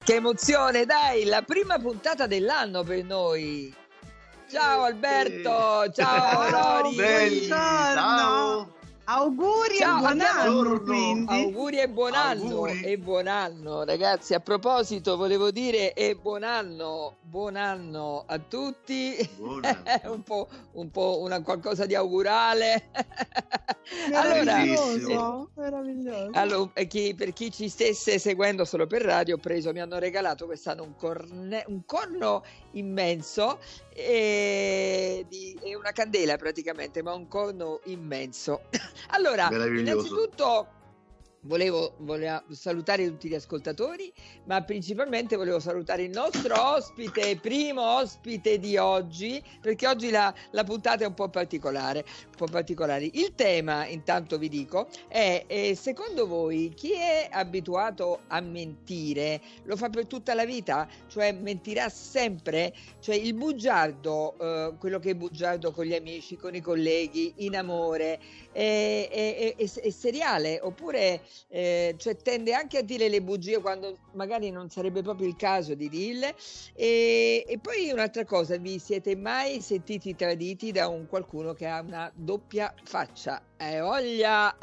Che emozione, dai, la prima puntata dell'anno per noi. Ciao Alberto, ciao Lori. Belli, Buongiorno. ciao. Auguri e Ciao, buon abbiamo anno, quindi. auguri e buon anno, Auguri. e buon anno, ragazzi. A proposito, volevo dire buon anno a tutti. Buon anno. un po' una qualcosa di augurale. Meraviglioso, meraviglioso. Allora, per chi ci stesse seguendo solo per radio, mi hanno regalato quest'anno un corno immenso, è una candela praticamente, ma un corno immenso. Allora, Meraviglioso. innanzitutto volevo salutare tutti gli ascoltatori, ma principalmente volevo salutare il nostro ospite, primo ospite di oggi, perché oggi la puntata è un po' particolare. Il tema, intanto vi dico, è secondo voi chi è abituato a mentire lo fa per tutta la vita? Cioè mentirà sempre? Cioè il bugiardo, quello che è bugiardo con gli amici, con i colleghi, in amore, è seriale? Oppure cioè tende anche a dire le bugie quando magari non sarebbe proprio il caso di dirle? E poi un'altra cosa, vi siete mai sentiti traditi da qualcuno che ha una doppia faccia? Voglia!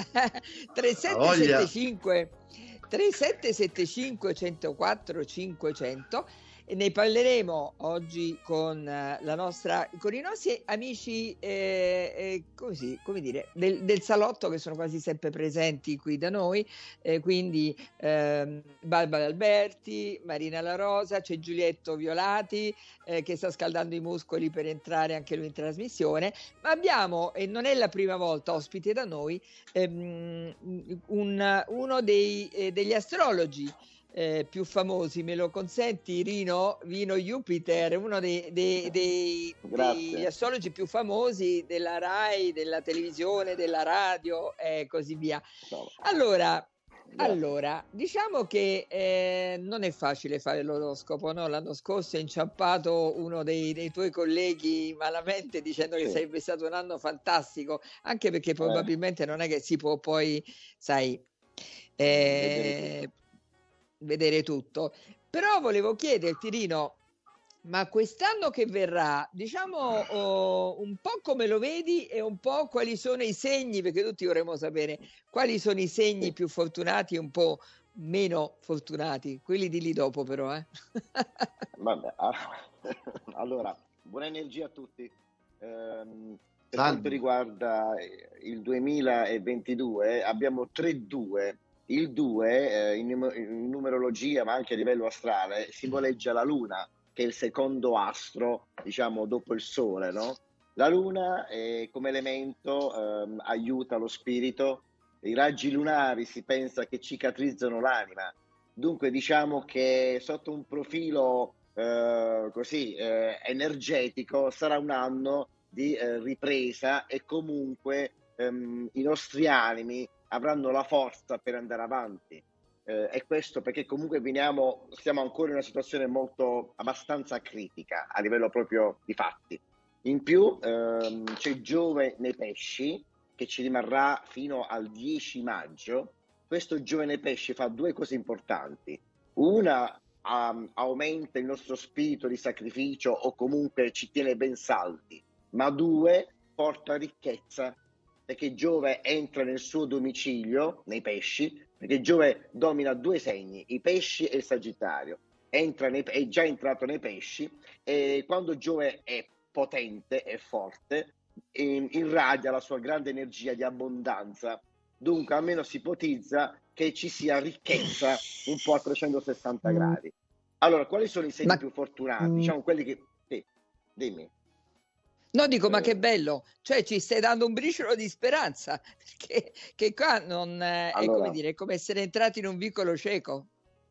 3775 3775 104 500, e ne parleremo oggi con i nostri amici come dire, del salotto, che sono quasi sempre presenti qui da noi, quindi Barbara Alberti, Marina La Rosa, c'è Giulietto Violati che sta scaldando i muscoli per entrare anche lui in trasmissione, ma abbiamo, e non è la prima volta, ospite da noi uno degli astrologi più famosi. Me lo consenti, Vino Jupiter, uno degli astrologi più famosi della Rai, della televisione, della radio e così via. Allora, diciamo che non è facile fare l'oroscopo, no? L'anno scorso è inciampato uno dei tuoi colleghi malamente dicendo che sarebbe stato un anno fantastico, anche perché probabilmente non è che si può poi, sai, vedere tutto. Però volevo chiederti, Rino, ma quest'anno che verrà, diciamo un po' come lo vedi e un po' quali sono i segni, perché tutti vorremmo sapere quali sono i segni più fortunati e un po' meno fortunati, quelli di lì dopo però. Vabbè, allora, buona energia a tutti. Per quanto riguarda il 2022 abbiamo 3-2. Il 2 in numerologia, ma anche a livello astrale, simboleggia la Luna, che è il secondo astro, diciamo, dopo il Sole, no? La Luna come elemento aiuta lo spirito. I raggi lunari si pensa che cicatrizzano l'anima. Dunque diciamo che sotto un profilo energetico sarà un anno di ripresa, e comunque i nostri animi avranno la forza per andare avanti. E questo perché comunque stiamo ancora in una situazione abbastanza critica a livello proprio di fatti. In più c'è Giove nei pesci, che ci rimarrà fino al 10 maggio. Questo Giove nei pesci fa due cose importanti. Una, aumenta il nostro spirito di sacrificio, o comunque ci tiene ben saldi, ma due, porta ricchezza, perché Giove entra nel suo domicilio, nei pesci, perché Giove domina due segni, i pesci e il Sagittario. È già entrato nei pesci, e quando Giove è potente e forte, irradia la sua grande energia di abbondanza. Dunque almeno si ipotizza che ci sia ricchezza un po' a 360 gradi. Allora, quali sono i segni più fortunati? Diciamo quelli che... Sì, dimmi. No, dico, ma che bello, cioè ci stai dando un briciolo di speranza, perché che qua non è come dire, è come essere entrati in un vicolo cieco.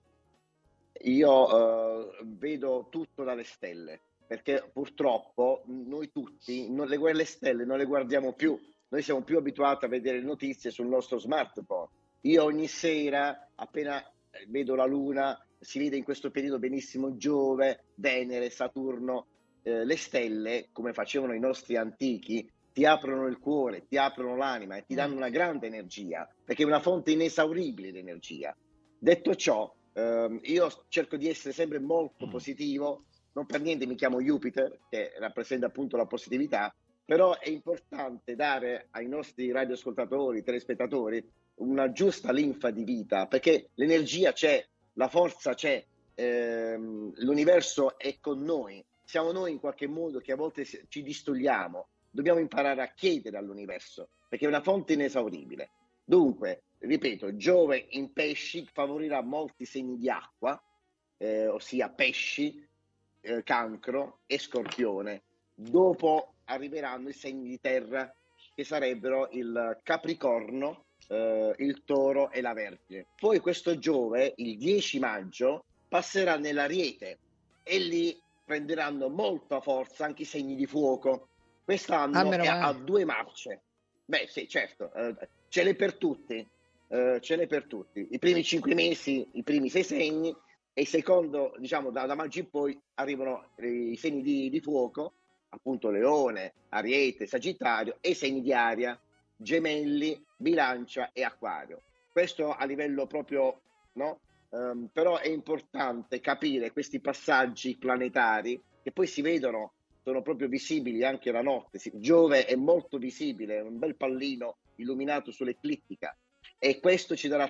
Io vedo tutto dalle stelle, perché purtroppo noi tutti le stelle non le guardiamo più, noi siamo più abituati a vedere le notizie sul nostro smartphone. Io ogni sera, appena vedo la Luna, si vede in questo periodo benissimo Giove, Venere, Saturno. Le stelle, come facevano i nostri antichi, ti aprono il cuore, ti aprono l'anima e ti danno una grande energia, perché è una fonte inesauribile di energia. Detto ciò, Io cerco di essere sempre molto positivo, non per niente mi chiamo Jupiter, che rappresenta appunto la positività, però è importante dare ai nostri radioascoltatori, telespettatori, una giusta linfa di vita, perché l'energia c'è, la forza c'è, l'universo è con noi, siamo noi in qualche modo che a volte ci distogliamo, dobbiamo imparare a chiedere all'universo, perché è una fonte inesauribile. Dunque, ripeto, Giove in pesci favorirà molti segni di acqua, ossia pesci, cancro e scorpione. Dopo arriveranno i segni di terra, che sarebbero il capricorno, il toro e la vergine. Poi questo Giove, il 10 maggio, passerà nell'Ariete e lì prenderanno molta forza anche i segni di fuoco. Quest'anno meno è a male. due marce. Beh, sì, certo, ce l'è per tutti, ce n'è per tutti. I primi 5 mesi, i primi 6 segni, e il secondo, diciamo, da maggio in poi arrivano i segni di fuoco, appunto Leone, Ariete, Sagittario, e i segni di aria, Gemelli, Bilancia e Acquario. Questo a livello proprio, no? Però è importante capire questi passaggi planetari che poi si vedono, sono proprio visibili anche la notte. Giove è molto visibile, è un bel pallino illuminato sull'eclittica, e questo ci darà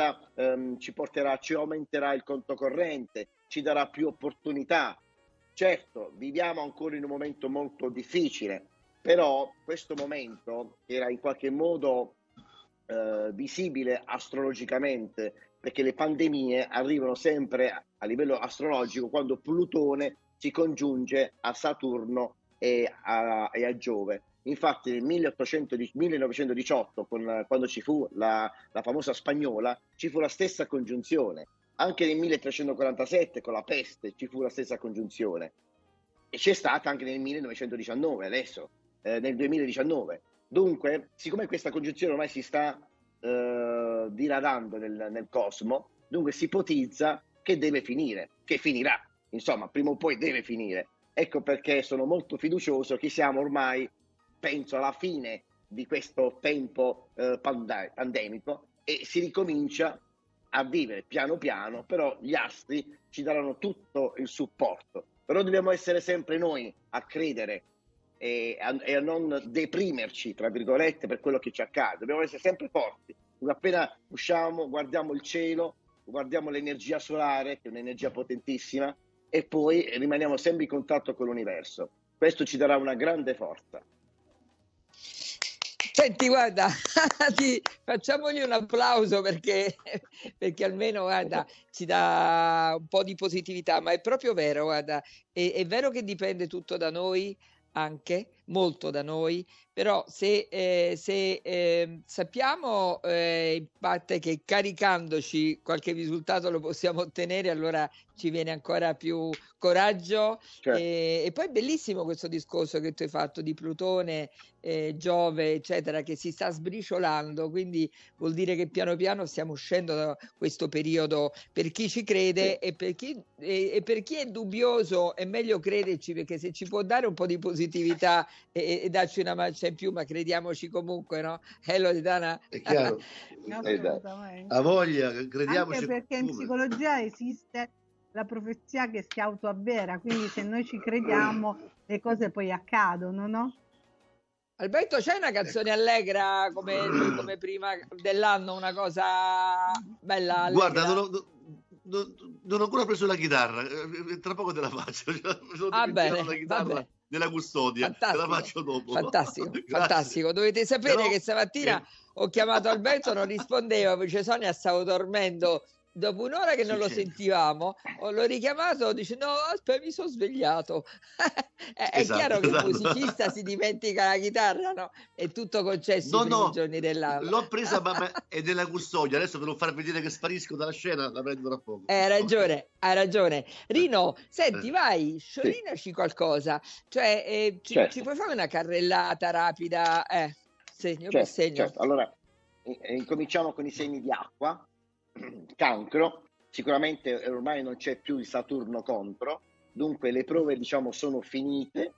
ci aumenterà il conto corrente, ci darà più opportunità. Certo, viviamo ancora in un momento molto difficile, però questo momento era in qualche modo visibile astrologicamente, perché le pandemie arrivano sempre a livello astrologico quando Plutone si congiunge a Saturno e a Giove. Infatti nel 1918, quando ci fu la famosa spagnola, ci fu la stessa congiunzione. Anche nel 1347 con la peste ci fu la stessa congiunzione. E c'è stata anche nel 1919, adesso, nel 2019. Dunque, siccome questa congiunzione ormai si sta diradando nel cosmo, dunque si ipotizza che deve finire, che finirà, insomma, prima o poi deve finire. Ecco perché sono molto fiducioso che siamo ormai, penso, alla fine di questo tempo pandemico, e si ricomincia a vivere piano piano, però gli astri ci daranno tutto il supporto. Però dobbiamo essere sempre noi a credere e a non deprimerci, tra virgolette, per quello che ci accade. Dobbiamo essere sempre forti. Appena usciamo, guardiamo il cielo, guardiamo l'energia solare, che è un'energia potentissima, e poi rimaniamo sempre in contatto con l'universo. Questo ci darà una grande forza. Senti, guarda, facciamogli un applauso perché almeno, guarda, ci dà un po' di positività, ma è proprio vero, guarda, è vero che dipende tutto da noi, anche molto da noi, però se sappiamo in parte che caricandoci qualche risultato lo possiamo ottenere, allora ci viene ancora più coraggio. Cioè, E poi è bellissimo questo discorso che tu hai fatto di Plutone, Giove, eccetera, che si sta sbriciolando, quindi vuol dire che piano piano stiamo uscendo da questo periodo. Per chi ci crede e per chi è dubbioso è meglio crederci, perché se ci può dare un po' di positività e darci una marcia in più, ma crediamoci comunque, no? Loredana? È chiaro. Assolutamente. A voglia, Anche crediamoci. perché in come. psicologia esiste la profezia che si autoavvera, quindi se noi ci crediamo le cose poi accadono, no? Alberto, c'è una canzone allegra come prima dell'anno, una cosa bella, allegra? Guarda, non ho ancora preso la chitarra, tra poco te la faccio. Bene, la chitarra della custodia, fantastico, te la faccio dopo. fantastico, Grazie. fantastico. Dovete sapere Però, che stamattina ho chiamato Alberto, non rispondeva, perché Sonia stavo dormendo. Dopo un'ora che non lo sentivamo, l'ho richiamato, dice no, aspetta, mi sono svegliato. È Esatto, chiaro che il esatto. musicista si dimentica la chitarra, no? È tutto concesso i primi giorni dell'anno. L'ho presa, ma è della custodia. Adesso per non far vedere che sparisco dalla scena, la prendo tra poco. Hai ragione. Rino, senti, vai, sciorinaci qualcosa. Cioè, ci puoi fare una carrellata rapida? Segno per segno. Certo. Allora, incominciamo con i segni di acqua. Cancro, sicuramente ormai non c'è più il Saturno contro, dunque le prove, diciamo, sono finite,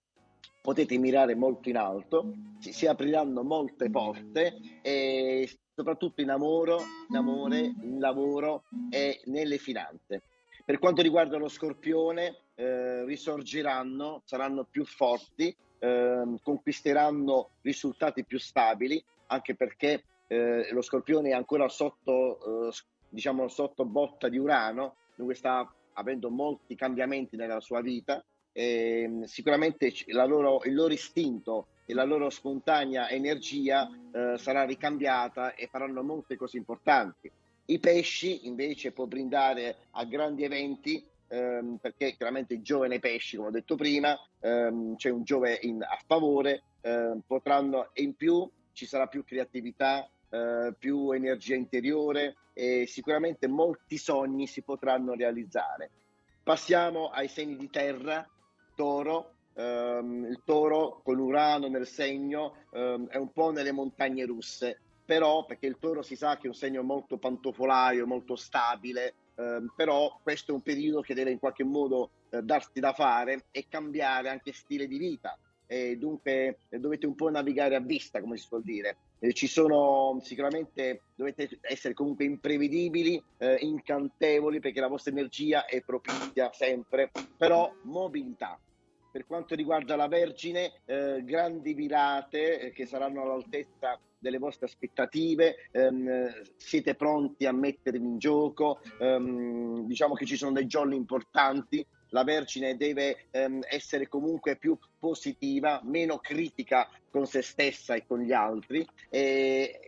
potete mirare molto in alto, si apriranno molte porte e soprattutto in amore, in lavoro e nelle finanze. Per quanto riguarda lo Scorpione, risorgeranno, saranno più forti, conquisteranno risultati più stabili, anche perché lo Scorpione è ancora sotto, diciamo, sotto botta di Urano, dunque sta avendo molti cambiamenti nella sua vita. E sicuramente il loro istinto e la loro spontanea energia sarà ricambiata e faranno molte cose importanti. I pesci invece può brindare a grandi eventi, perché chiaramente i giovani pesci, come ho detto prima, c'è un Giove a favore, potranno, e in più ci sarà più creatività, più energia interiore e sicuramente molti sogni si potranno realizzare. Passiamo ai segni di terra. Toro. Il Toro con Urano nel segno è un po' nelle montagne russe, però perché il Toro si sa che è un segno molto pantofolario, molto stabile, però questo è un periodo che deve in qualche modo darsi da fare e cambiare anche stile di vita, e dunque dovete un po' navigare a vista, come si suol dire. Ci sono sicuramente, dovete essere comunque imprevedibili, incantevoli, perché la vostra energia è propizia sempre, però mobilità. Per quanto riguarda la Vergine, grandi virate che saranno all'altezza delle vostre aspettative, siete pronti a mettervi in gioco, diciamo che ci sono dei giorni importanti. La Vergine deve essere comunque più positiva, meno critica con se stessa e con gli altri, e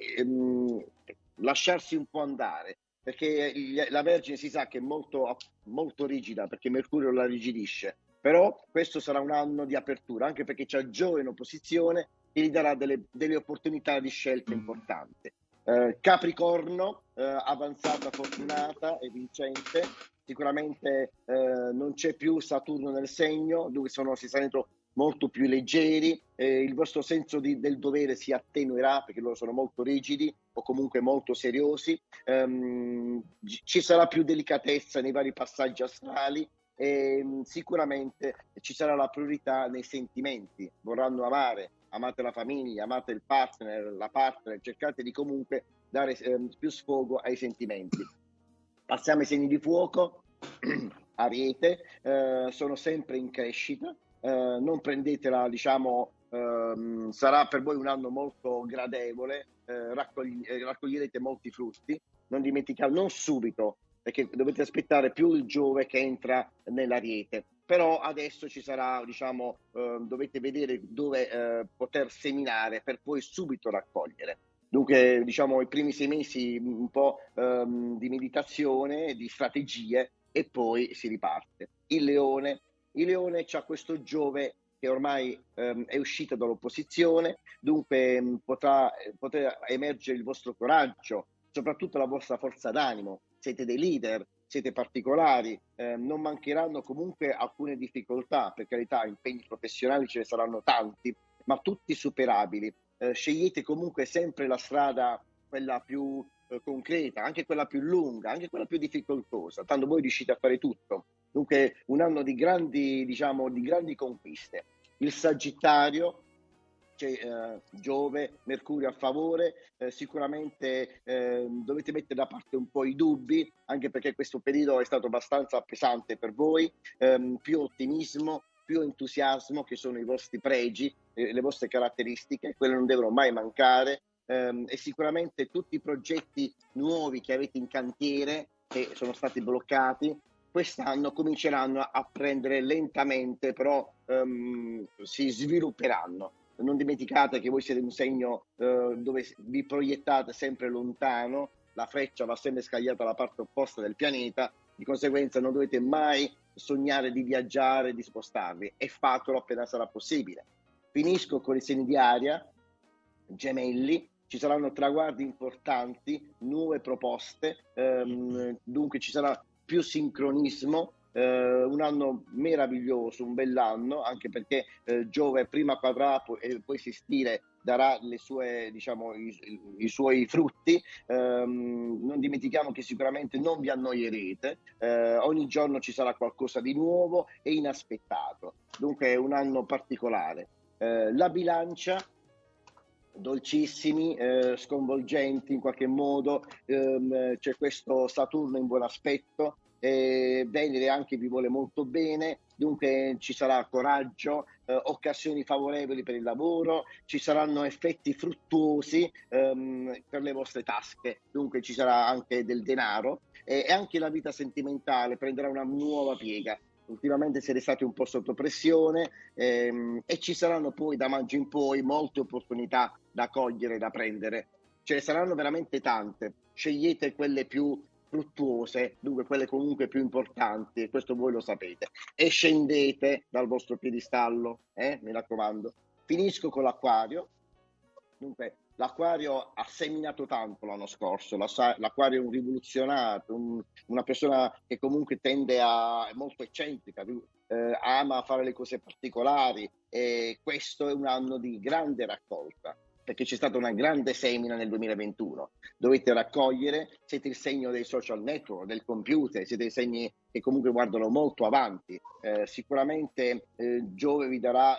lasciarsi un po' andare, perché la Vergine si sa che è molto, molto rigida, perché Mercurio la rigidisce. Però questo sarà un anno di apertura, anche perché c'è Giove in opposizione che gli darà delle opportunità di scelta importanti. Capricorno, avanzata, fortunata e vincente. Sicuramente non c'è più Saturno nel segno, dove si saranno molto più leggeri, il vostro senso del dovere si attenuerà, perché loro sono molto rigidi o comunque molto seriosi, ci sarà più delicatezza nei vari passaggi astrali, e sicuramente ci sarà la priorità nei sentimenti. Vorranno amate la famiglia, amate il partner, la partner, cercate di comunque dare più sfogo ai sentimenti. Passiamo ai segni di fuoco. Ariete, sono sempre in crescita, non prendetela, diciamo, sarà per voi un anno molto gradevole, raccoglierete molti frutti, non dimenticate, non subito, perché dovete aspettare più il Giove che entra nell'Ariete, però adesso ci sarà, diciamo, dovete vedere dove poter seminare per poi subito raccogliere. Dunque, diciamo, i primi 6 mesi un po' di meditazione, di strategie, e poi si riparte. Il Leone c'ha questo Giove che ormai è uscito dall'opposizione, dunque potrà emergere il vostro coraggio, soprattutto la vostra forza d'animo. Siete dei leader, siete particolari, non mancheranno comunque alcune difficoltà, per carità, impegni professionali ce ne saranno tanti, ma tutti superabili. Scegliete comunque sempre la strada, quella più concreta, anche quella più lunga, anche quella più difficoltosa, tanto voi riuscite a fare tutto. Dunque un anno di grandi, diciamo, di grandi conquiste. Il Sagittario, c'è Giove, Mercurio a favore, sicuramente dovete mettere da parte un po' i dubbi, anche perché questo periodo è stato abbastanza pesante per voi, più ottimismo, più entusiasmo, che sono i vostri pregi, le vostre caratteristiche, quelle non devono mai mancare, e sicuramente tutti i progetti nuovi che avete in cantiere, che sono stati bloccati, quest'anno cominceranno a prendere lentamente, però si svilupperanno. Non dimenticate che voi siete un segno dove vi proiettate sempre lontano, la freccia va sempre scagliata alla parte opposta del pianeta, di conseguenza non dovete mai sognare di viaggiare, di spostarvi, e fatelo appena sarà possibile. Finisco con i segni di aria. Gemelli, ci saranno traguardi importanti, nuove proposte, dunque ci sarà più sincronismo, un anno meraviglioso, un bell'anno, anche perché Giove prima quadrato e poi sestile darà le sue, diciamo, i suoi frutti. Non dimentichiamo che sicuramente non vi annoierete, ogni giorno ci sarà qualcosa di nuovo e inaspettato, dunque è un anno particolare. La bilancia dolcissimi, sconvolgenti in qualche modo, c'è questo Saturno in buon aspetto, Venere anche vi vuole molto bene, dunque ci sarà coraggio, occasioni favorevoli per il lavoro, ci saranno effetti fruttuosi per le vostre tasche, dunque ci sarà anche del denaro e anche la vita sentimentale prenderà una nuova piega. Ultimamente siete stati un po' sotto pressione e ci saranno poi da maggio in poi molte opportunità da cogliere, da prendere. Ce ne saranno veramente tante. Scegliete quelle più fruttuose, dunque quelle comunque più importanti, e questo voi lo sapete. E scendete dal vostro piedistallo, mi raccomando. Finisco con l'Acquario. Dunque, l'Acquario ha seminato tanto l'anno scorso, l'Acquario è un rivoluzionato, una persona che comunque è molto eccentrica, ama fare le cose particolari e questo è un anno di grande raccolta, perché c'è stata una grande semina nel 2021. Dovete raccogliere, siete il segno dei social network, del computer, siete i segni che comunque guardano molto avanti. Sicuramente Giove vi darà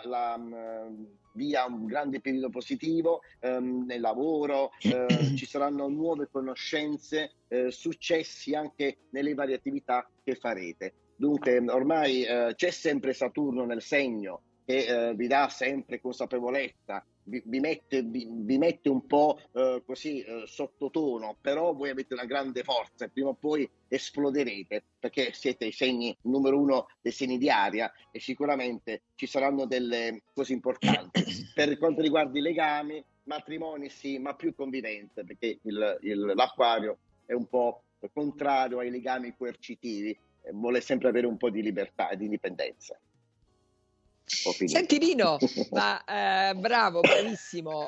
via un grande periodo positivo nel lavoro, ci saranno nuove conoscenze, successi anche nelle varie attività che farete. Dunque ormai c'è sempre Saturno nel segno che vi dà sempre consapevolezza, vi mette un po' così sottotono, però voi avete una grande forza e prima o poi esploderete perché siete i segni numero uno dei segni di aria e sicuramente ci saranno delle cose importanti. Per quanto riguarda i legami, matrimoni sì, ma più convivente perché l'Acquario è un po' contrario ai legami coercitivi, vuole sempre avere un po' di libertà e di indipendenza. Senti Rino, ma bravo, bravissimo,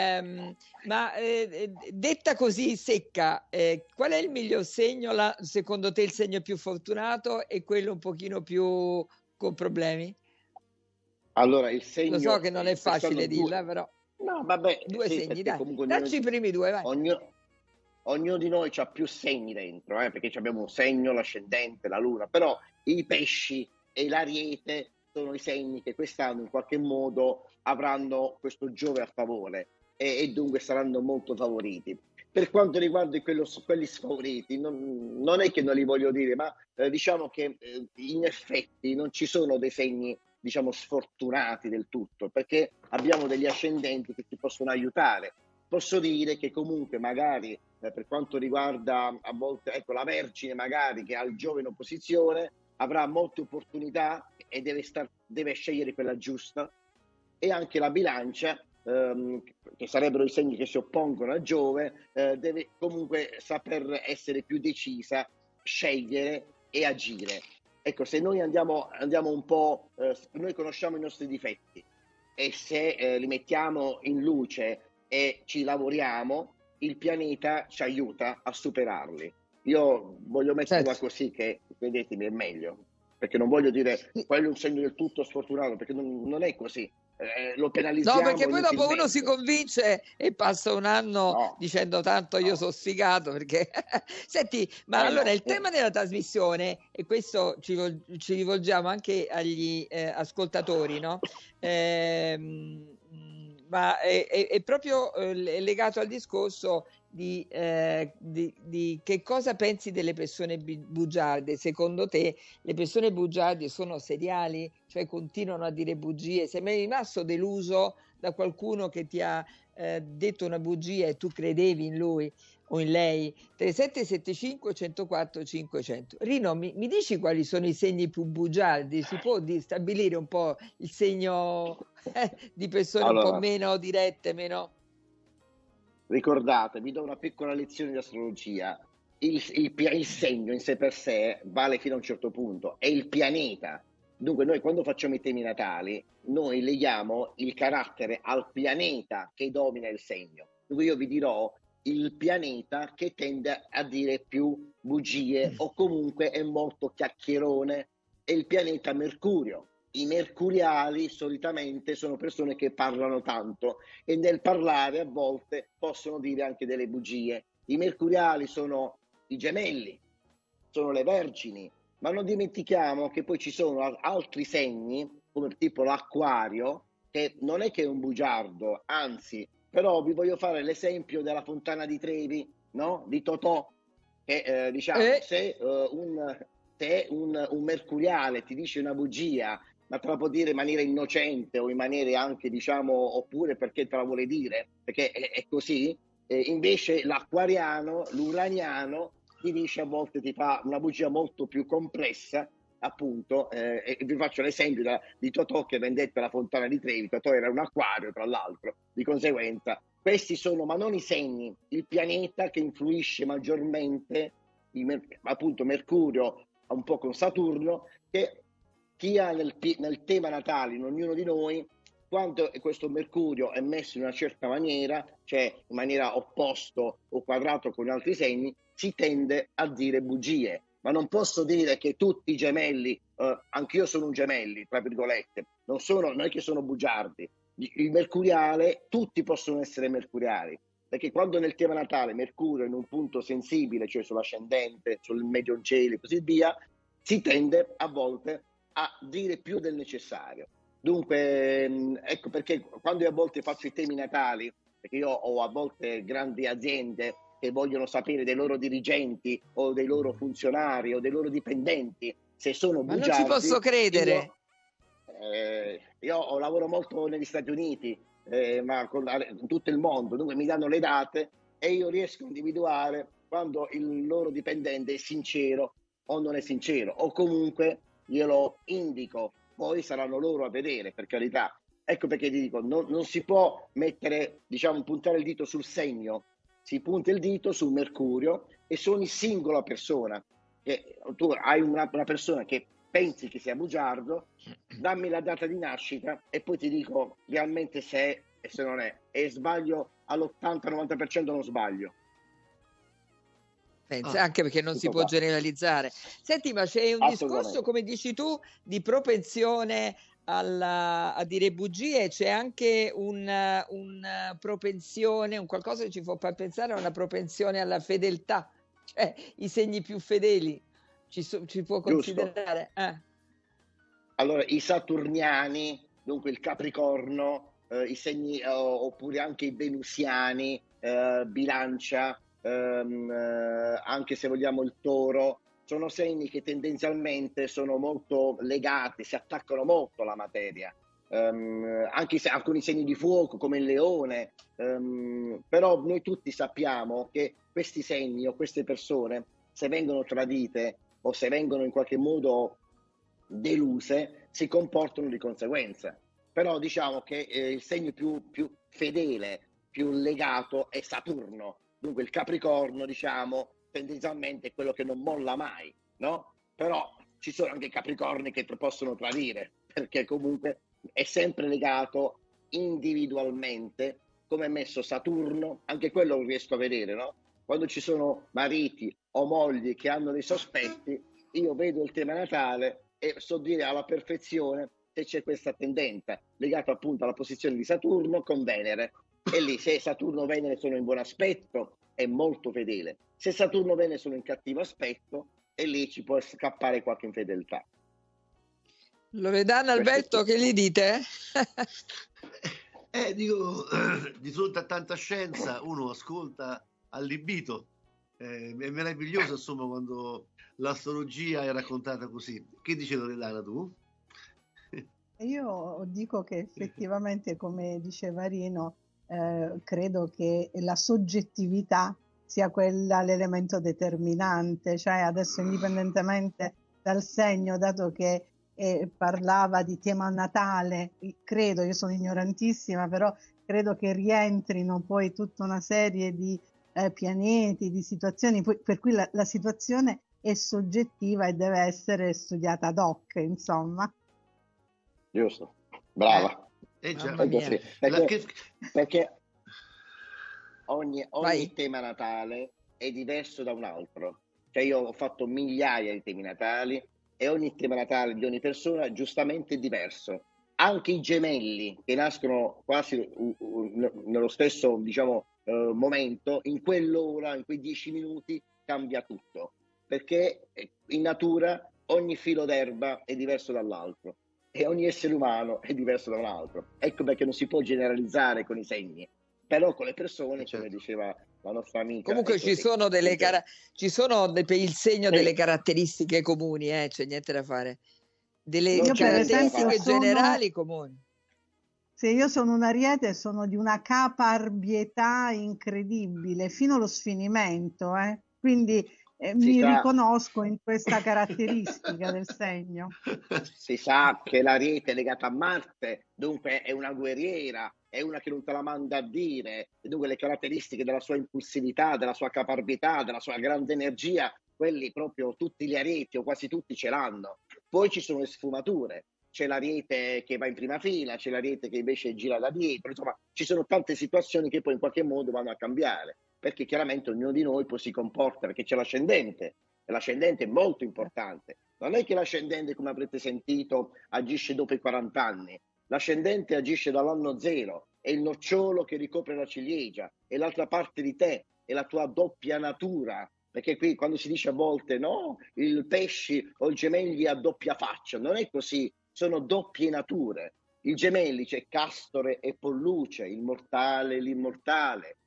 ma detta così secca, qual è il miglior segno, secondo te il segno più fortunato e quello un pochino più con problemi? Allora, il segno... Lo so che non è facile dirla, però... No, vabbè, due sì, segni, dai, comunque dacci i primi due, vai. Ognuno di noi ha più segni dentro, perché abbiamo un segno, l'ascendente, la luna, però i pesci e l'ariete sono i segni che quest'anno in qualche modo avranno questo Giove a favore e dunque saranno molto favoriti. Per quanto riguarda quelli sfavoriti, non è che non li voglio dire, ma diciamo che in effetti non ci sono dei segni diciamo sfortunati del tutto, perché abbiamo degli ascendenti che ci possono aiutare. Posso dire che comunque magari per quanto riguarda a volte la Vergine magari che ha il Giove in opposizione avrà molte opportunità e deve scegliere quella giusta, e anche la Bilancia che sarebbero i segni che si oppongono a Giove deve comunque saper essere più decisa, scegliere e agire. Ecco, se noi andiamo un po', noi conosciamo i nostri difetti e se li mettiamo in luce e ci lavoriamo, il pianeta ci aiuta a superarli. Io voglio metterla così che, vedetemi, è meglio, perché non voglio dire quello è un segno del tutto sfortunato, perché non è così. Lo penalizziamo. No, perché poi dopo uno si convince e passa un anno dicendo tanto io sono sfigato perché... Senti, ma allora il tema della trasmissione, e questo ci rivolgiamo anche agli ascoltatori, no? Ma è proprio legato al discorso di che cosa pensi delle persone bugiarde. Secondo te le persone bugiarde sono seriali? Cioè continuano a dire bugie? Sei mai rimasto deluso da qualcuno che ti ha detto una bugia e tu credevi in lui o in lei? 3775 104 500. Rino, mi dici quali sono i segni più bugiardi? Si può stabilire un po' il segno di persone un po' meno dirette, meno... Ricordate, vi do una piccola lezione di astrologia. Il segno in sé per sé vale fino a un certo punto, è il pianeta. Dunque noi quando facciamo i temi natali, noi leghiamo il carattere al pianeta che domina il segno. Dunque io vi dirò il pianeta che tende a dire più bugie o comunque è molto chiacchierone, è il pianeta Mercurio. I mercuriali solitamente sono persone che parlano tanto e nel parlare a volte possono dire anche delle bugie. I mercuriali sono i gemelli, sono le vergini, ma non dimentichiamo che poi ci sono altri segni, come tipo l'Acquario, che non è che è un bugiardo, anzi però vi voglio fare l'esempio della Fontana di Trevi, no? Di Totò, che diciamo, se un mercuriale ti dice una bugia, ma te la può dire in maniera innocente o in maniera anche, diciamo, oppure perché te la vuole dire, perché è così, invece l'acquariano, l'uraniano, ti dice a volte, ti fa una bugia molto più complessa, appunto, e vi faccio l'esempio di Totò che vendette la Fontana di Trevi. Totò era un acquario, tra l'altro, di conseguenza questi sono, ma non i segni, il pianeta che influisce maggiormente, appunto Mercurio un po' con Saturno, che sia nel tema natale in ognuno di noi, quando questo Mercurio è messo in una certa maniera, cioè in maniera opposto o quadrato con altri segni, si tende a dire bugie. Ma non posso dire che tutti i gemelli, anch'io sono un gemelli, tra virgolette, non è che sono bugiardi. Il mercuriale, tutti possono essere mercuriali, perché quando nel tema natale Mercurio è in un punto sensibile, cioè sull'ascendente, sul medio cielo e così via, si tende a volte a dire più del necessario. Dunque, ecco perché quando io a volte faccio i temi natali, perché io ho a volte grandi aziende che vogliono sapere dei loro dirigenti o dei loro funzionari o dei loro dipendenti se sono bugiardi. Ma non ci posso credere. Io lavoro molto negli Stati Uniti, ma con tutto il mondo, dunque mi danno le date e io riesco a individuare quando il loro dipendente è sincero o non è sincero, o comunque glielo indico, poi saranno loro a vedere, per carità. Ecco perché ti dico, non si può mettere, diciamo, puntare il dito sul segno, si punta il dito sul Mercurio e su ogni singola persona. Che tu hai una persona che pensi che sia bugiardo, dammi la data di nascita e poi ti dico realmente se è e se non è. E sbaglio all'80-90% non sbaglio. Anche perché non si può generalizzare. Senti, ma c'è un discorso, come dici tu, di propensione a dire bugie, c'è anche una propensione, un qualcosa che ci può far pensare a una propensione alla fedeltà, cioè i segni più fedeli ci può considerare. Allora, i saturniani, dunque il Capricorno, i segni, oppure anche i venusiani, Bilancia, anche se vogliamo il Toro, sono segni che tendenzialmente sono molto legati, si attaccano molto alla materia, anche se alcuni segni di fuoco come il Leone, però noi tutti sappiamo che questi segni o queste persone, se vengono tradite o se vengono in qualche modo deluse, si comportano di conseguenza. Però diciamo che il segno più fedele, più legato è Saturno. Dunque il Capricorno, diciamo, tendenzialmente è quello che non molla mai, no? Però ci sono anche Capricorni che possono tradire, perché comunque è sempre legato individualmente, come è messo Saturno, anche quello lo riesco a vedere, no? Quando ci sono mariti o mogli che hanno dei sospetti, io vedo il tema natale e so dire alla perfezione se c'è questa tendenza legata appunto alla posizione di Saturno con Venere. E lì se Saturno e Venere sono in buon aspetto è molto fedele, se Saturno e Venere sono in cattivo aspetto e lì ci può scappare qualche infedeltà. Loredana, Alberto, che gli dite? Dico, di fronte a tanta scienza uno ascolta allibito, è meraviglioso insomma quando l'astrologia è raccontata così. Che dice Loredana tu? Io dico che effettivamente, come diceva Rino, credo che la soggettività sia quella l'elemento determinante, cioè adesso indipendentemente dal segno, dato che parlava di tema natale, credo, io sono ignorantissima, però credo che rientrino poi tutta una serie di pianeti, di situazioni, per cui la situazione è soggettiva e deve essere studiata ad hoc, insomma. Giusto, brava. Perché ogni tema natale è diverso da un altro. Cioè io ho fatto migliaia di temi natali e ogni tema natale di ogni persona giustamente è diverso. Anche i gemelli che nascono quasi nello stesso, diciamo, momento, in quell'ora, in quei 10 minuti cambia tutto, perché in natura ogni filo d'erba è diverso dall'altro e ogni essere umano è diverso da un altro. Ecco perché non si può generalizzare con i segni. però con le persone, come certo. diceva la nostra amica. Comunque ecco, ci sono per il segno Sì. delle caratteristiche comuni, c'è niente da fare. Delle Non Io c'è per niente da esempio caratteristiche fare. generali comuni. se io sono un ariete, sono di una caparbietà incredibile, fino allo sfinimento, Quindi Si mi sa, riconosco in questa caratteristica del segno. si sa che l'Ariete è legata a Marte, dunque è una guerriera, è una che non te la manda a dire, e dunque le caratteristiche della sua impulsività, della sua caparbietà, della sua grande energia, quelli proprio tutti gli Arieti o quasi tutti ce l'hanno. Poi ci sono le sfumature, c'è l'Ariete che va in prima fila, c'è l'Ariete che invece gira da dietro, insomma ci sono tante situazioni che poi in qualche modo vanno a cambiare, perché chiaramente ognuno di noi poi si comporta, perché c'è l'ascendente, e l'ascendente è molto importante. Non è che l'ascendente, come avrete sentito, agisce dopo i 40 anni. L'ascendente agisce dall'anno zero, è il nocciolo che ricopre la ciliegia, è l'altra parte di te, è la tua doppia natura. Perché qui quando si dice a volte no, il pesci o il gemelli ha doppia faccia, non è così, sono doppie nature. Il gemelli c'è Castore e Polluce, il mortale e l'immortale.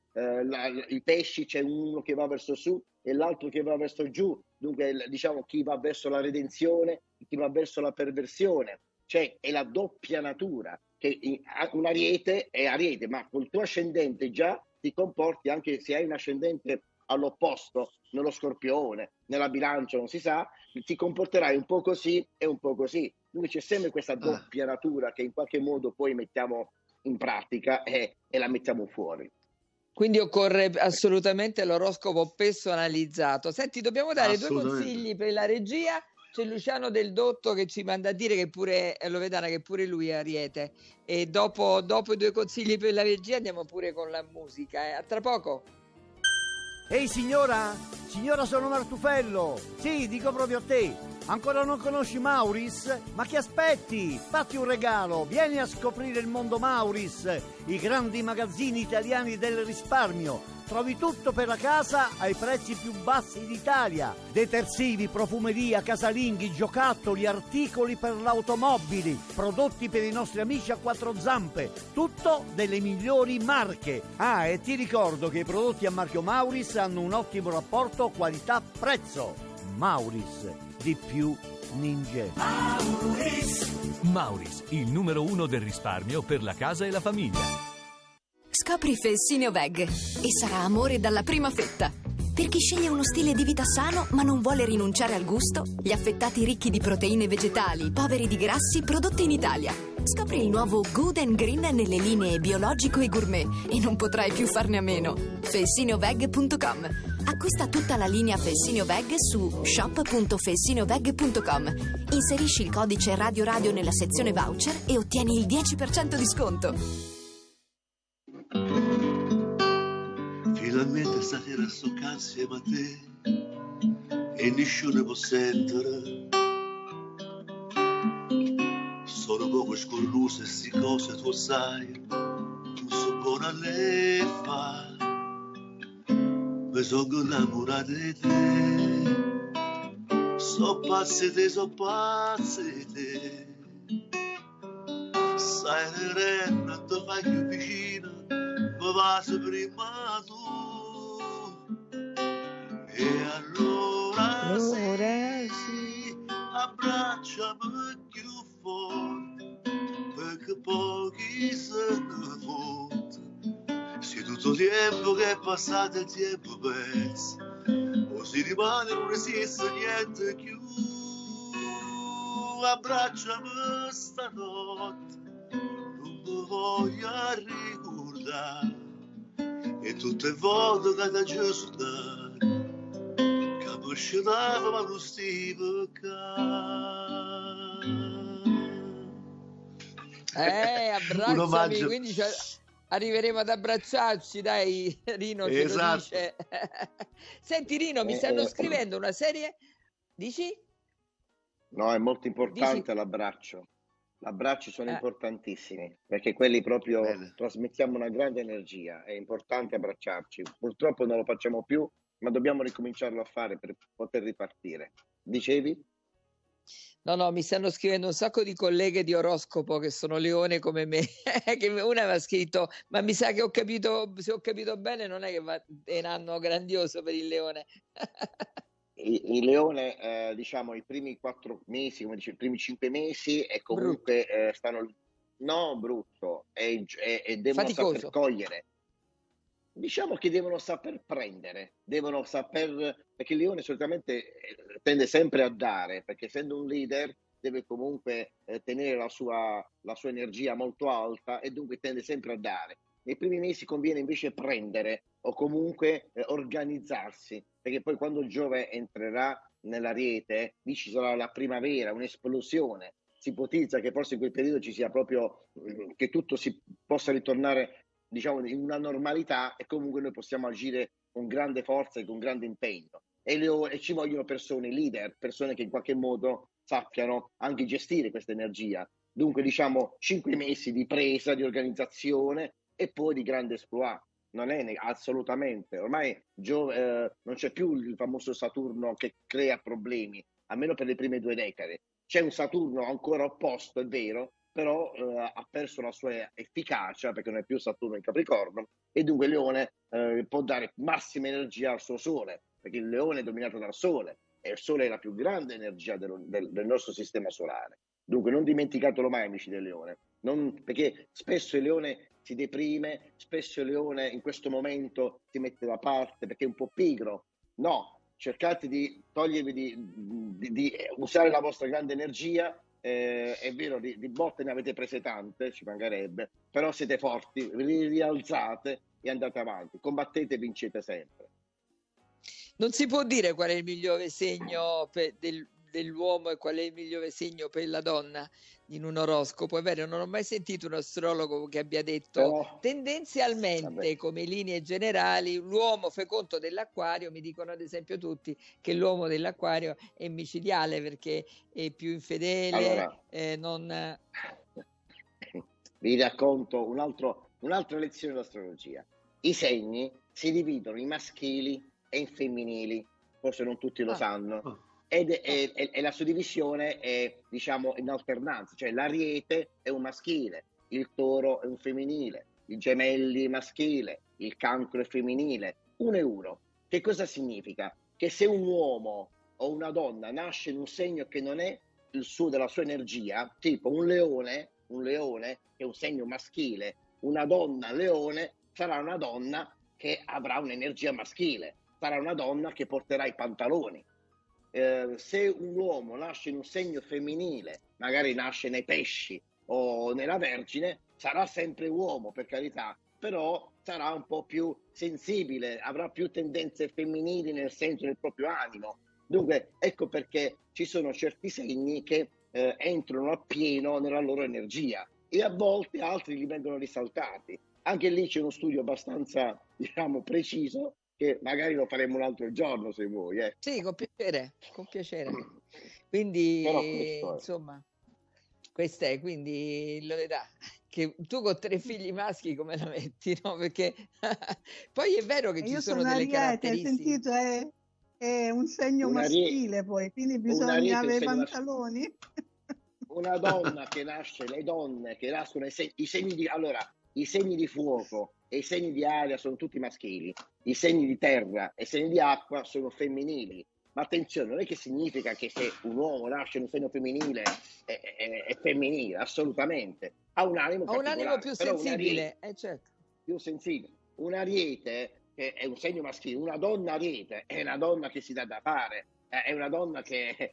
I pesci c'è uno che va verso su e l'altro che va verso giù, dunque diciamo chi va verso la redenzione, chi va verso la perversione, cioè è la doppia natura, che un ariete è ariete, ma col tuo ascendente già ti comporti, anche se hai un ascendente all'opposto, nello Scorpione, nella Bilancia, non si sa, ti comporterai un po' così e un po' così. Dunque c'è sempre questa doppia natura che in qualche modo poi mettiamo in pratica e la mettiamo fuori. Quindi occorre assolutamente l'oroscopo personalizzato. Senti, dobbiamo dare 2 Assolutamente. consigli per la regia. C'è Luciano Del Dotto che ci manda a dire che pure Loredana, che pure lui è ariete. E dopo i 2 consigli per la regia andiamo pure con la musica. A tra poco. Ehi signora? Signora, sono Martufello. Sì, dico proprio a te. Ancora non conosci Mauris? Ma che aspetti? Fatti un regalo, vieni a scoprire il mondo Mauris, i grandi magazzini italiani del risparmio. Trovi tutto per la casa ai prezzi più bassi d'Italia. Detersivi, profumeria, casalinghi, giocattoli, articoli per l'automobili, prodotti per i nostri amici a 4 zampe. Tutto delle migliori marche. Ah, e ti ricordo che i prodotti a marchio Mauris hanno un ottimo rapporto qualità-prezzo. Mauris, di più ninja. Mauris, il numero 1 del risparmio per la casa e la famiglia. Scopri Fessino Veg e sarà amore dalla prima fetta. Per chi sceglie uno stile di vita sano ma non vuole rinunciare al gusto, gli affettati ricchi di proteine vegetali, poveri di grassi, prodotti in Italia. Scopri il nuovo Good and Green nelle linee biologico e gourmet e non potrai più farne a meno. Fessinoveg.com. Acquista tutta la linea Fessino Veg su shop.fessinoveg.com. Inserisci il codice Radio Radio nella sezione voucher e ottieni il 10% di sconto. Finalmente stasera sto qua insieme a te e nessuno può sentire. Sono poco scorruse sti cose, tu sai, non so buona a le fare. Mi sono innamorato di te, so pazze te, sai Nerena, ti fai più vicina, mi va prima tu. E allora sì, abbracciami più forte, perché pochi se ne fotte. Se tutto il tempo che è passato è tempo perso, o si rimane non esiste niente più. Abbracciami stanotte, non mi voglio ricordare, e tutte le volte che ti Gesù dare, che mi scelava ma non stai Abbracciami, quindi arriveremo ad abbracciarci, dai, Rino ce lo dice. Senti Rino, mi stanno scrivendo una serie, dici? No, è molto importante l'abbraccio. L'abbraccio sono importantissimi, perché quelli proprio trasmettiamo una grande energia, è importante abbracciarci. Purtroppo non lo facciamo più, ma dobbiamo ricominciarlo a fare per poter ripartire. Dicevi? No, mi stanno scrivendo un sacco di colleghe di oroscopo che sono leone come me, che una mi ha scritto, ma mi sa che ho capito, se ho capito bene, non è che è un anno grandioso per il leone. Il leone, diciamo, i primi 4 mesi, come dice, i primi 5 mesi, e comunque stanno, no, brutto, e devono saper Faticoso. cogliere. Diciamo che devono saper prendere, devono saper, perché il leone solitamente tende sempre a dare, perché essendo un leader deve comunque tenere la sua energia molto alta e dunque tende sempre a dare. Nei primi mesi conviene invece prendere o comunque organizzarsi, perché poi quando Giove entrerà nell'Ariete, lì ci sarà la primavera, un'esplosione. Si ipotizza che forse in quel periodo ci sia proprio che tutto si possa ritornare, diciamo, in una normalità, e comunque noi possiamo agire con grande forza e con grande impegno. E ci vogliono persone leader, persone che in qualche modo sappiano anche gestire questa energia. Dunque, diciamo, 5 mesi di presa, di organizzazione e poi di grande esploit. Non è assolutamente, ormai non c'è più il famoso Saturno che crea problemi, almeno per le prime 2 decadi. C'è un Saturno ancora opposto, è vero, però ha perso la sua efficacia perché non è più Saturno in Capricorno, e dunque il Leone può dare massima energia al suo Sole, perché il Leone è dominato dal Sole e il Sole è la più grande energia del nostro sistema solare. Dunque non dimenticatelo mai, amici del Leone, perché spesso il Leone si deprime, spesso il Leone in questo momento si mette da parte perché è un po' pigro. No, cercate di togliervi, di usare la vostra grande energia. È vero, di botte ne avete prese tante, ci mancherebbe, però siete forti, vi rialzate e andate avanti, combattete e vincete sempre. Non si può dire qual è il migliore segno dell'uomo e qual è il migliore segno per la donna in un oroscopo, è vero, non ho mai sentito un astrologo che abbia detto Però, tendenzialmente, vabbè, come linee generali, l'uomo fecondo dell'Acquario, mi dicono ad esempio tutti che l'uomo dell'Acquario è micidiale perché è più infedele, allora, vi racconto un'altra lezione di astrologia. I segni si dividono in maschili e in femminili, forse non tutti lo sanno. E la suddivisione è, diciamo, in alternanza, cioè l'Ariete è un maschile, il Toro è un femminile, i Gemelli maschile, il Cancro è femminile, uno e uno. Che cosa significa? Che se un uomo o una donna nasce in un segno che non è della sua energia, tipo un leone che è un segno maschile, una donna leone sarà una donna che avrà un'energia maschile, sarà una donna che porterà i pantaloni. Se un uomo nasce in un segno femminile, magari nasce nei pesci o nella Vergine, sarà sempre uomo, per carità, però sarà un po' più sensibile, avrà più tendenze femminili nel senso del proprio animo. Dunque, ecco perché ci sono certi segni che entrano appieno nella loro energia e a volte altri li vengono risaltati. Anche lì c'è uno studio abbastanza, diciamo, preciso, che magari lo faremo un altro giorno se vuoi. Sì, con piacere. Quindi, Però questo è. insomma, questa è quindi l'età. Che tu con 3 figli maschi come la metti, no? Perché poi è vero che ci Io sono sono delle Ariete, hai caratteristiche. sentito? È un segno maschile, poi, quindi bisogna avere i pantaloni. Una donna che nasce, le donne che nascono i segni di fuoco e i segni di aria sono tutti maschili, i segni di terra e i segni di acqua sono femminili. Ma attenzione, non è che significa che se un uomo nasce in un segno femminile è femminile, assolutamente. Ha un animo particolare, più però sensibile, certo. più sensibile. Un ariete, che è un segno maschile, una donna ariete è una donna che si dà da fare, è una donna che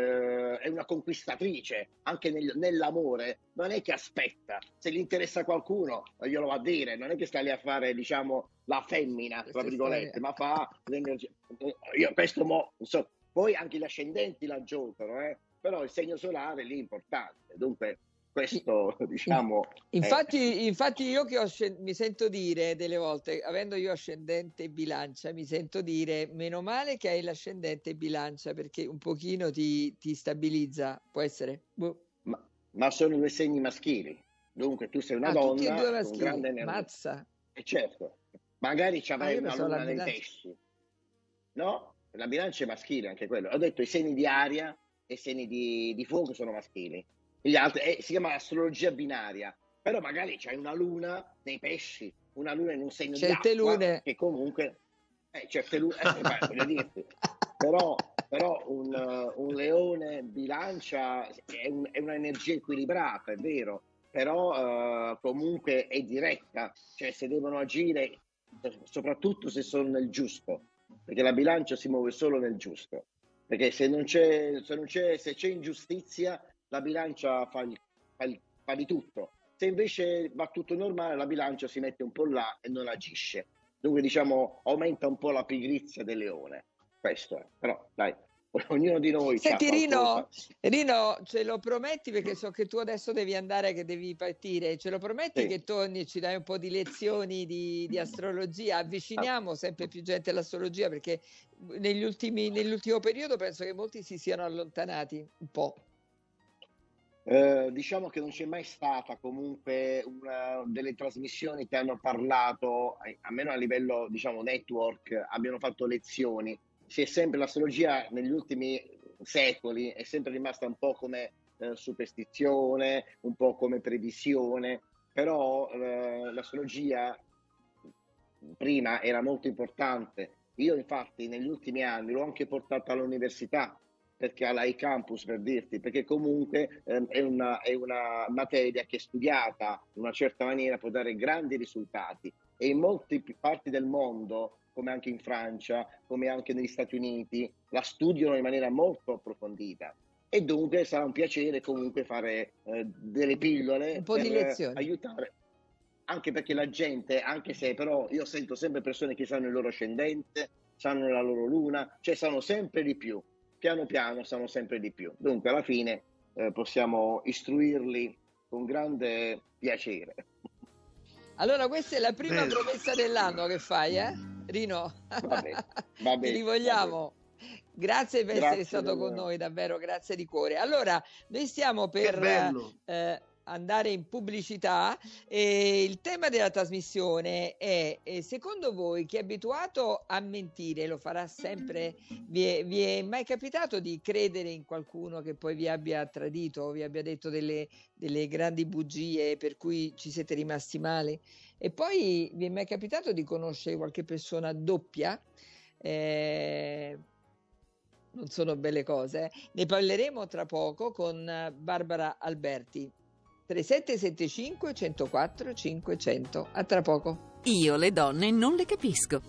è una conquistatrice, anche nell'amore, non è che aspetta, se gli interessa qualcuno glielo va a dire, non è che sta lì a fare, diciamo, la femmina, tra virgolette, ma fa l'energia. Io questo so. Poi anche gli ascendenti la giocano, però il segno solare lì è importante, dunque questo, diciamo. Infatti io che mi sento dire delle volte, avendo io ascendente bilancia, mi sento dire meno male che hai l'ascendente bilancia perché un pochino ti stabilizza, può essere? Ma sono 2 segni maschili, dunque tu sei una donna tutti e 2 maschili. con grande energia. Mazza. E certo, magari ci avrai una so la luna nei bilancia. pesci, no? La bilancia è maschile anche quello. Ho detto i segni di aria e segni di fuoco sono maschili. Gli altri si chiama astrologia binaria, però magari c'è una luna nei pesci, una luna in un segno certe di acqua, lune che comunque certe lune, voglio dirti, però un leone bilancia è un'energia equilibrata, è vero, però comunque è diretta, cioè se devono agire, soprattutto se sono nel giusto, perché la bilancia si muove solo nel giusto, perché se c'è ingiustizia, la bilancia fa di tutto. Se invece va tutto normale, la bilancia si mette un po' là e non agisce. Dunque, diciamo, aumenta un po' la pigrizia del leone. Questo è. Però, dai, ognuno di noi Senti, c'ha qualcosa. Rino, ce lo prometti, perché so che tu adesso devi andare, che devi partire, ce lo prometti Sì. che torni e ci dai un po' di lezioni di astrologia? Avviciniamo sempre più gente all'astrologia, perché nell'ultimo periodo penso che molti si siano allontanati un po'. Diciamo che non c'è mai stata comunque delle trasmissioni che hanno parlato, almeno a livello, diciamo, network, abbiano fatto lezioni. L'astrologia negli ultimi secoli è sempre rimasta un po' come superstizione, un po' come previsione, però l'astrologia prima era molto importante. Io infatti negli ultimi anni l'ho anche portata all'università, perché ai campus, per dirti, perché comunque è una materia che studiata in una certa maniera può dare grandi risultati, e in molte parti del mondo, come anche in Francia, come anche negli Stati Uniti, la studiano in maniera molto approfondita, e dunque sarà un piacere comunque fare delle pillole Un po' di per lezioni. aiutare, anche perché la gente, anche se però io sento sempre persone che sanno il loro ascendente, sanno la loro luna, cioè sanno sempre di più. Piano piano sanno sempre di più. Dunque alla fine possiamo istruirli con grande piacere. Allora, questa è la prima Bene. promessa dell'anno che fai, Rino? Va bene, Ti rivogliamo. Grazie per essere Grazie stato con davvero. noi, davvero, grazie di cuore. Allora, noi stiamo Che per bello. andare in pubblicità, e il tema della trasmissione è: secondo voi chi è abituato a mentire lo farà sempre? Vi è mai capitato di credere in qualcuno che poi vi abbia tradito, vi abbia detto delle grandi bugie per cui ci siete rimasti male? E poi vi è mai capitato di conoscere qualche persona doppia? Non sono belle cose. Ne parleremo tra poco con Barbara Alberti. 3775 104 500. A tra poco. Io le donne non le capisco.